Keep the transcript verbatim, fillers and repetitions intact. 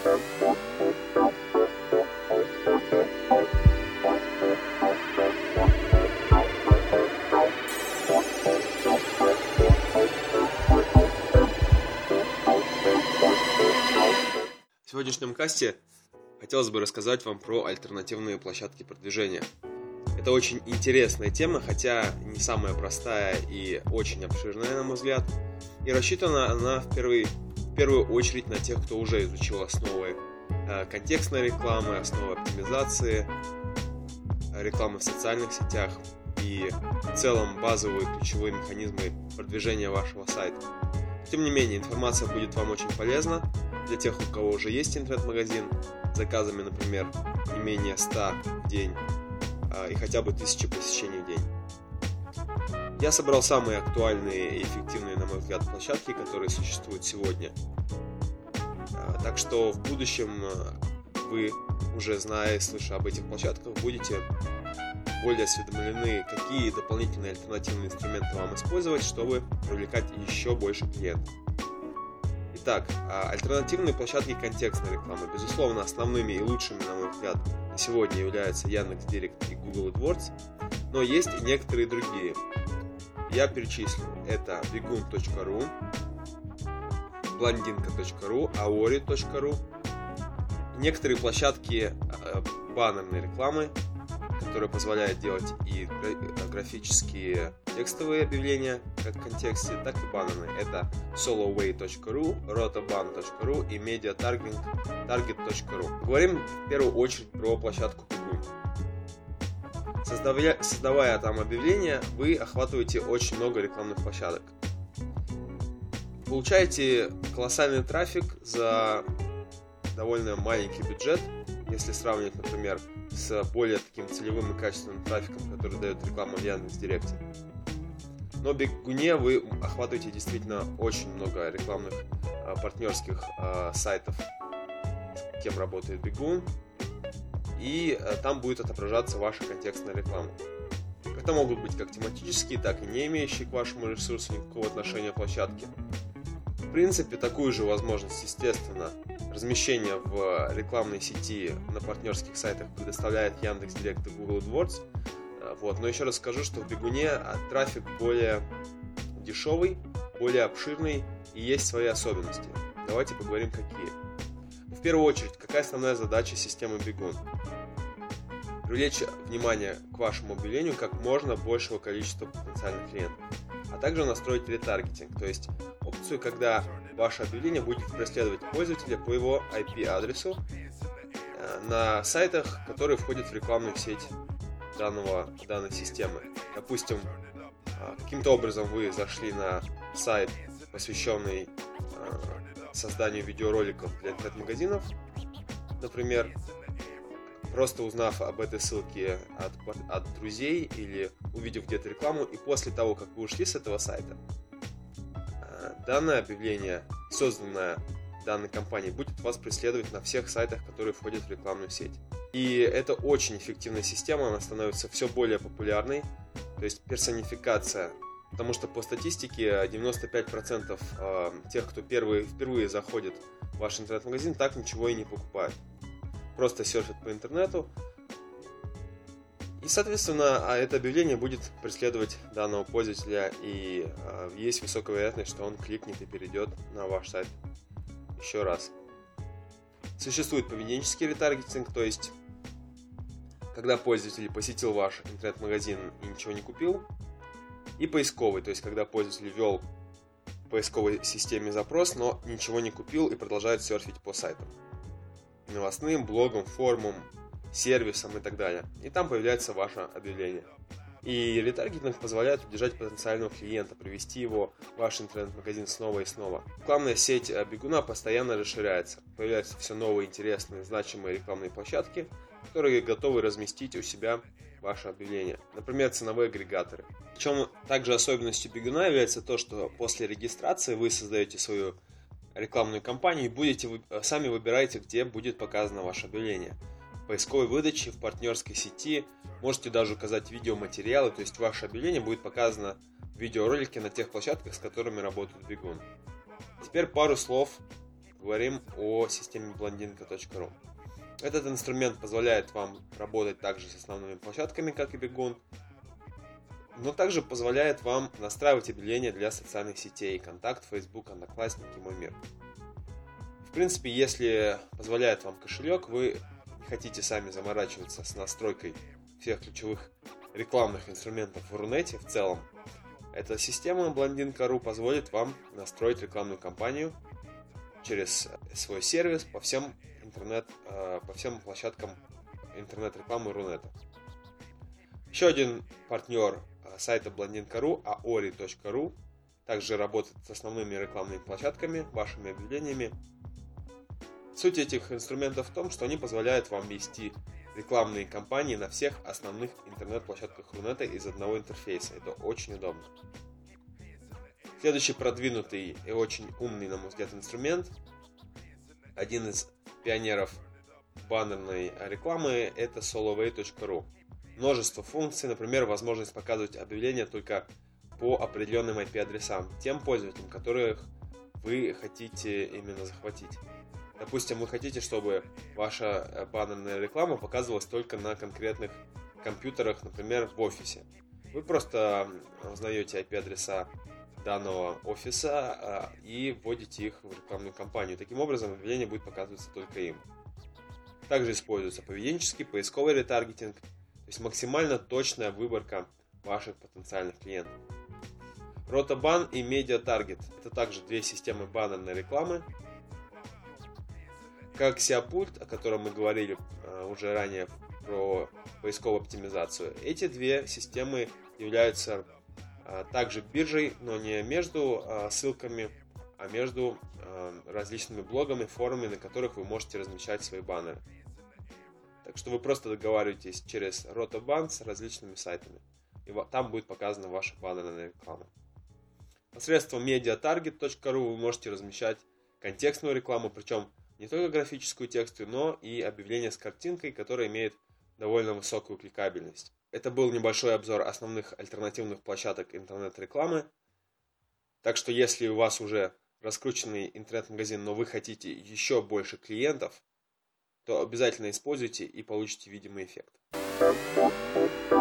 В сегодняшнем касте хотелось бы рассказать вам про альтернативные площадки продвижения. Это очень интересная тема, хотя не самая простая и очень обширная, на мой взгляд. И рассчитана она в, первый, в первую очередь на тех, кто уже изучил основы э, контекстной рекламы, основы оптимизации, рекламы в социальных сетях и в целом базовые ключевые механизмы продвижения вашего сайта. Тем не менее, информация будет вам очень полезна для тех, у кого уже есть интернет-магазин с заказами, например, не менее ста в день и хотя бы тысячи посещений в день. Я собрал самые актуальные и эффективные, на мой взгляд, площадки, которые существуют сегодня. Так что в будущем вы, уже зная и слыша об этих площадках, будете более осведомлены, какие дополнительные альтернативные инструменты вам использовать, чтобы привлекать еще больше клиентов. Итак, альтернативные площадки контекстной рекламы, безусловно, основными и лучшими, на мой взгляд, на сегодня являются Яндекс.Директ и Google AdWords, но есть и некоторые другие. Я перечислю. Это бигун точка ру, блондинка точка ру, аори точка ру, некоторые площадки баннерной рекламы, которые позволяют делать и графические текстовые объявления, как в контексте, так и баннерные. Это soloway точка ру, rotoban точка ру и mediatarget точка ру. Говорим в первую очередь про площадку Бигун. Создавая, создавая там объявления, вы охватываете очень много рекламных площадок. Получаете колоссальный трафик за довольно маленький бюджет, если сравнивать, например, с более таким целевым и качественным трафиком, который дает реклама в Яндекс.Директе. Но в Бигуне вы охватываете действительно очень много рекламных а, партнерских а, сайтов, с кем работает Бигун, и а, там будет отображаться ваша контекстная реклама. Это могут быть как тематические, так и не имеющие к вашему ресурсу никакого отношения площадки. В принципе, такую же возможность, естественно, размещения в рекламной сети на партнерских сайтах предоставляет Яндекс.Директ и Google AdWords. Вот. Но еще раз скажу, что в Бигуне трафик более дешевый, более обширный и есть свои особенности. Давайте поговорим, какие. В первую очередь, какая основная задача системы Бигун? Привлечь внимание к вашему объявлению как можно большего количества потенциальных клиентов, а также настроить ретаргетинг, то есть опцию, когда ваше объявление будет преследовать пользователя по его ай пи-адресу на сайтах, которые входят в рекламную сеть данного, данной системы. Допустим, каким-то образом вы зашли на сайт, посвященный созданию видеороликов для интернет-магазинов, например, просто узнав об этой ссылке от, от друзей или увидев где-то рекламу, и после того, как вы ушли с этого сайта, данное объявление, созданное данной компанией, будет вас преследовать на всех сайтах, которые входят в рекламную сеть. И это очень эффективная система, она становится все более популярной, то есть персонификация, потому что по статистике девяносто пять процентов тех, кто первые, впервые заходит в ваш интернет-магазин, так ничего и не покупают. Просто серфят по интернету, и, соответственно, это объявление будет преследовать данного пользователя, и есть высокая вероятность, что он кликнет и перейдет на ваш сайт еще раз. Существует поведенческий ретаргетинг, то есть, когда пользователь посетил ваш интернет-магазин и ничего не купил, и поисковый, то есть, когда пользователь ввел в поисковой системе запрос, но ничего не купил и продолжает серфить по сайтам, новостным, блогам, форумам, сервисам и так далее. И там появляется ваше объявление. И ретаргетинг позволяет удержать потенциального клиента, привести его в ваш интернет-магазин снова и снова. Рекламная сеть Бигуна постоянно расширяется. Появляются все новые, интересные, значимые рекламные площадки, которые готовы разместить у себя ваше объявление. Например, ценовые агрегаторы. Причем также особенностью Бигуна является то, что после регистрации вы создаете свою рекламную кампанию и будете вы, сами выбираете, где будет показано ваше объявление. В поисковой выдаче, в партнерской сети, можете даже указать видеоматериалы, то есть ваше объявление будет показано в видеоролике на тех площадках, с которыми работает Бигун. Теперь пару слов в поговорим о системе блондинка точка ру. Этот инструмент позволяет вам работать также с основными площадками, как и Бегун, но также позволяет вам настраивать объявления для социальных сетей: Контакт, Facebook, Одноклассники, Мой мир. В принципе, если позволяет вам кошелек, вы не хотите сами заморачиваться с настройкой всех ключевых рекламных инструментов в Рунете в целом, эта система блондинка точка ру позволит вам настроить рекламную кампанию через свой сервис по всем интернет, по всем площадкам интернет-рекламы Рунета. Еще один партнер сайта блондинка точка ру, аори точка ру, также работает с основными рекламными площадками, вашими объявлениями. Суть этих инструментов в том, что они позволяют вам вести рекламные кампании на всех основных интернет-площадках Рунета из одного интерфейса. Это очень удобно. Следующий продвинутый и очень умный, на мой взгляд, инструмент, один из пионеров баннерной рекламы, это соловей точка ру. Множество функций, например, возможность показывать объявления только по определенным ай пи-адресам, тем пользователям, которых вы хотите именно захватить. Допустим, вы хотите, чтобы ваша баннерная реклама показывалась только на конкретных компьютерах, например, в офисе. Вы просто узнаете ай пи-адреса данного офиса и вводите их в рекламную кампанию. Таким образом, объявление будет показываться только им. Также используется поведенческий, поисковый ретаргетинг, то есть максимально точная выборка ваших потенциальных клиентов. Ротобан и Медиатаргет – это также две системы баннерной рекламы. Как си эй пульт, о котором мы говорили уже ранее про поисковую оптимизацию, эти две системы являются также биржей, но не между ссылками, а между различными блогами, форумами, на которых вы можете размещать свои баннеры. Так что вы просто договариваетесь через Ротобан с различными сайтами, и там будет показана ваша баннерная реклама. Посредством медиатаргет точка ру вы можете размещать контекстную рекламу, причем не только графическую текстовую, но и объявление с картинкой, которая имеет довольно высокую кликабельность. Это был небольшой обзор основных альтернативных площадок интернет-рекламы. Так что если у вас уже раскрученный интернет-магазин, но вы хотите еще больше клиентов, то обязательно используйте и получите видимый эффект.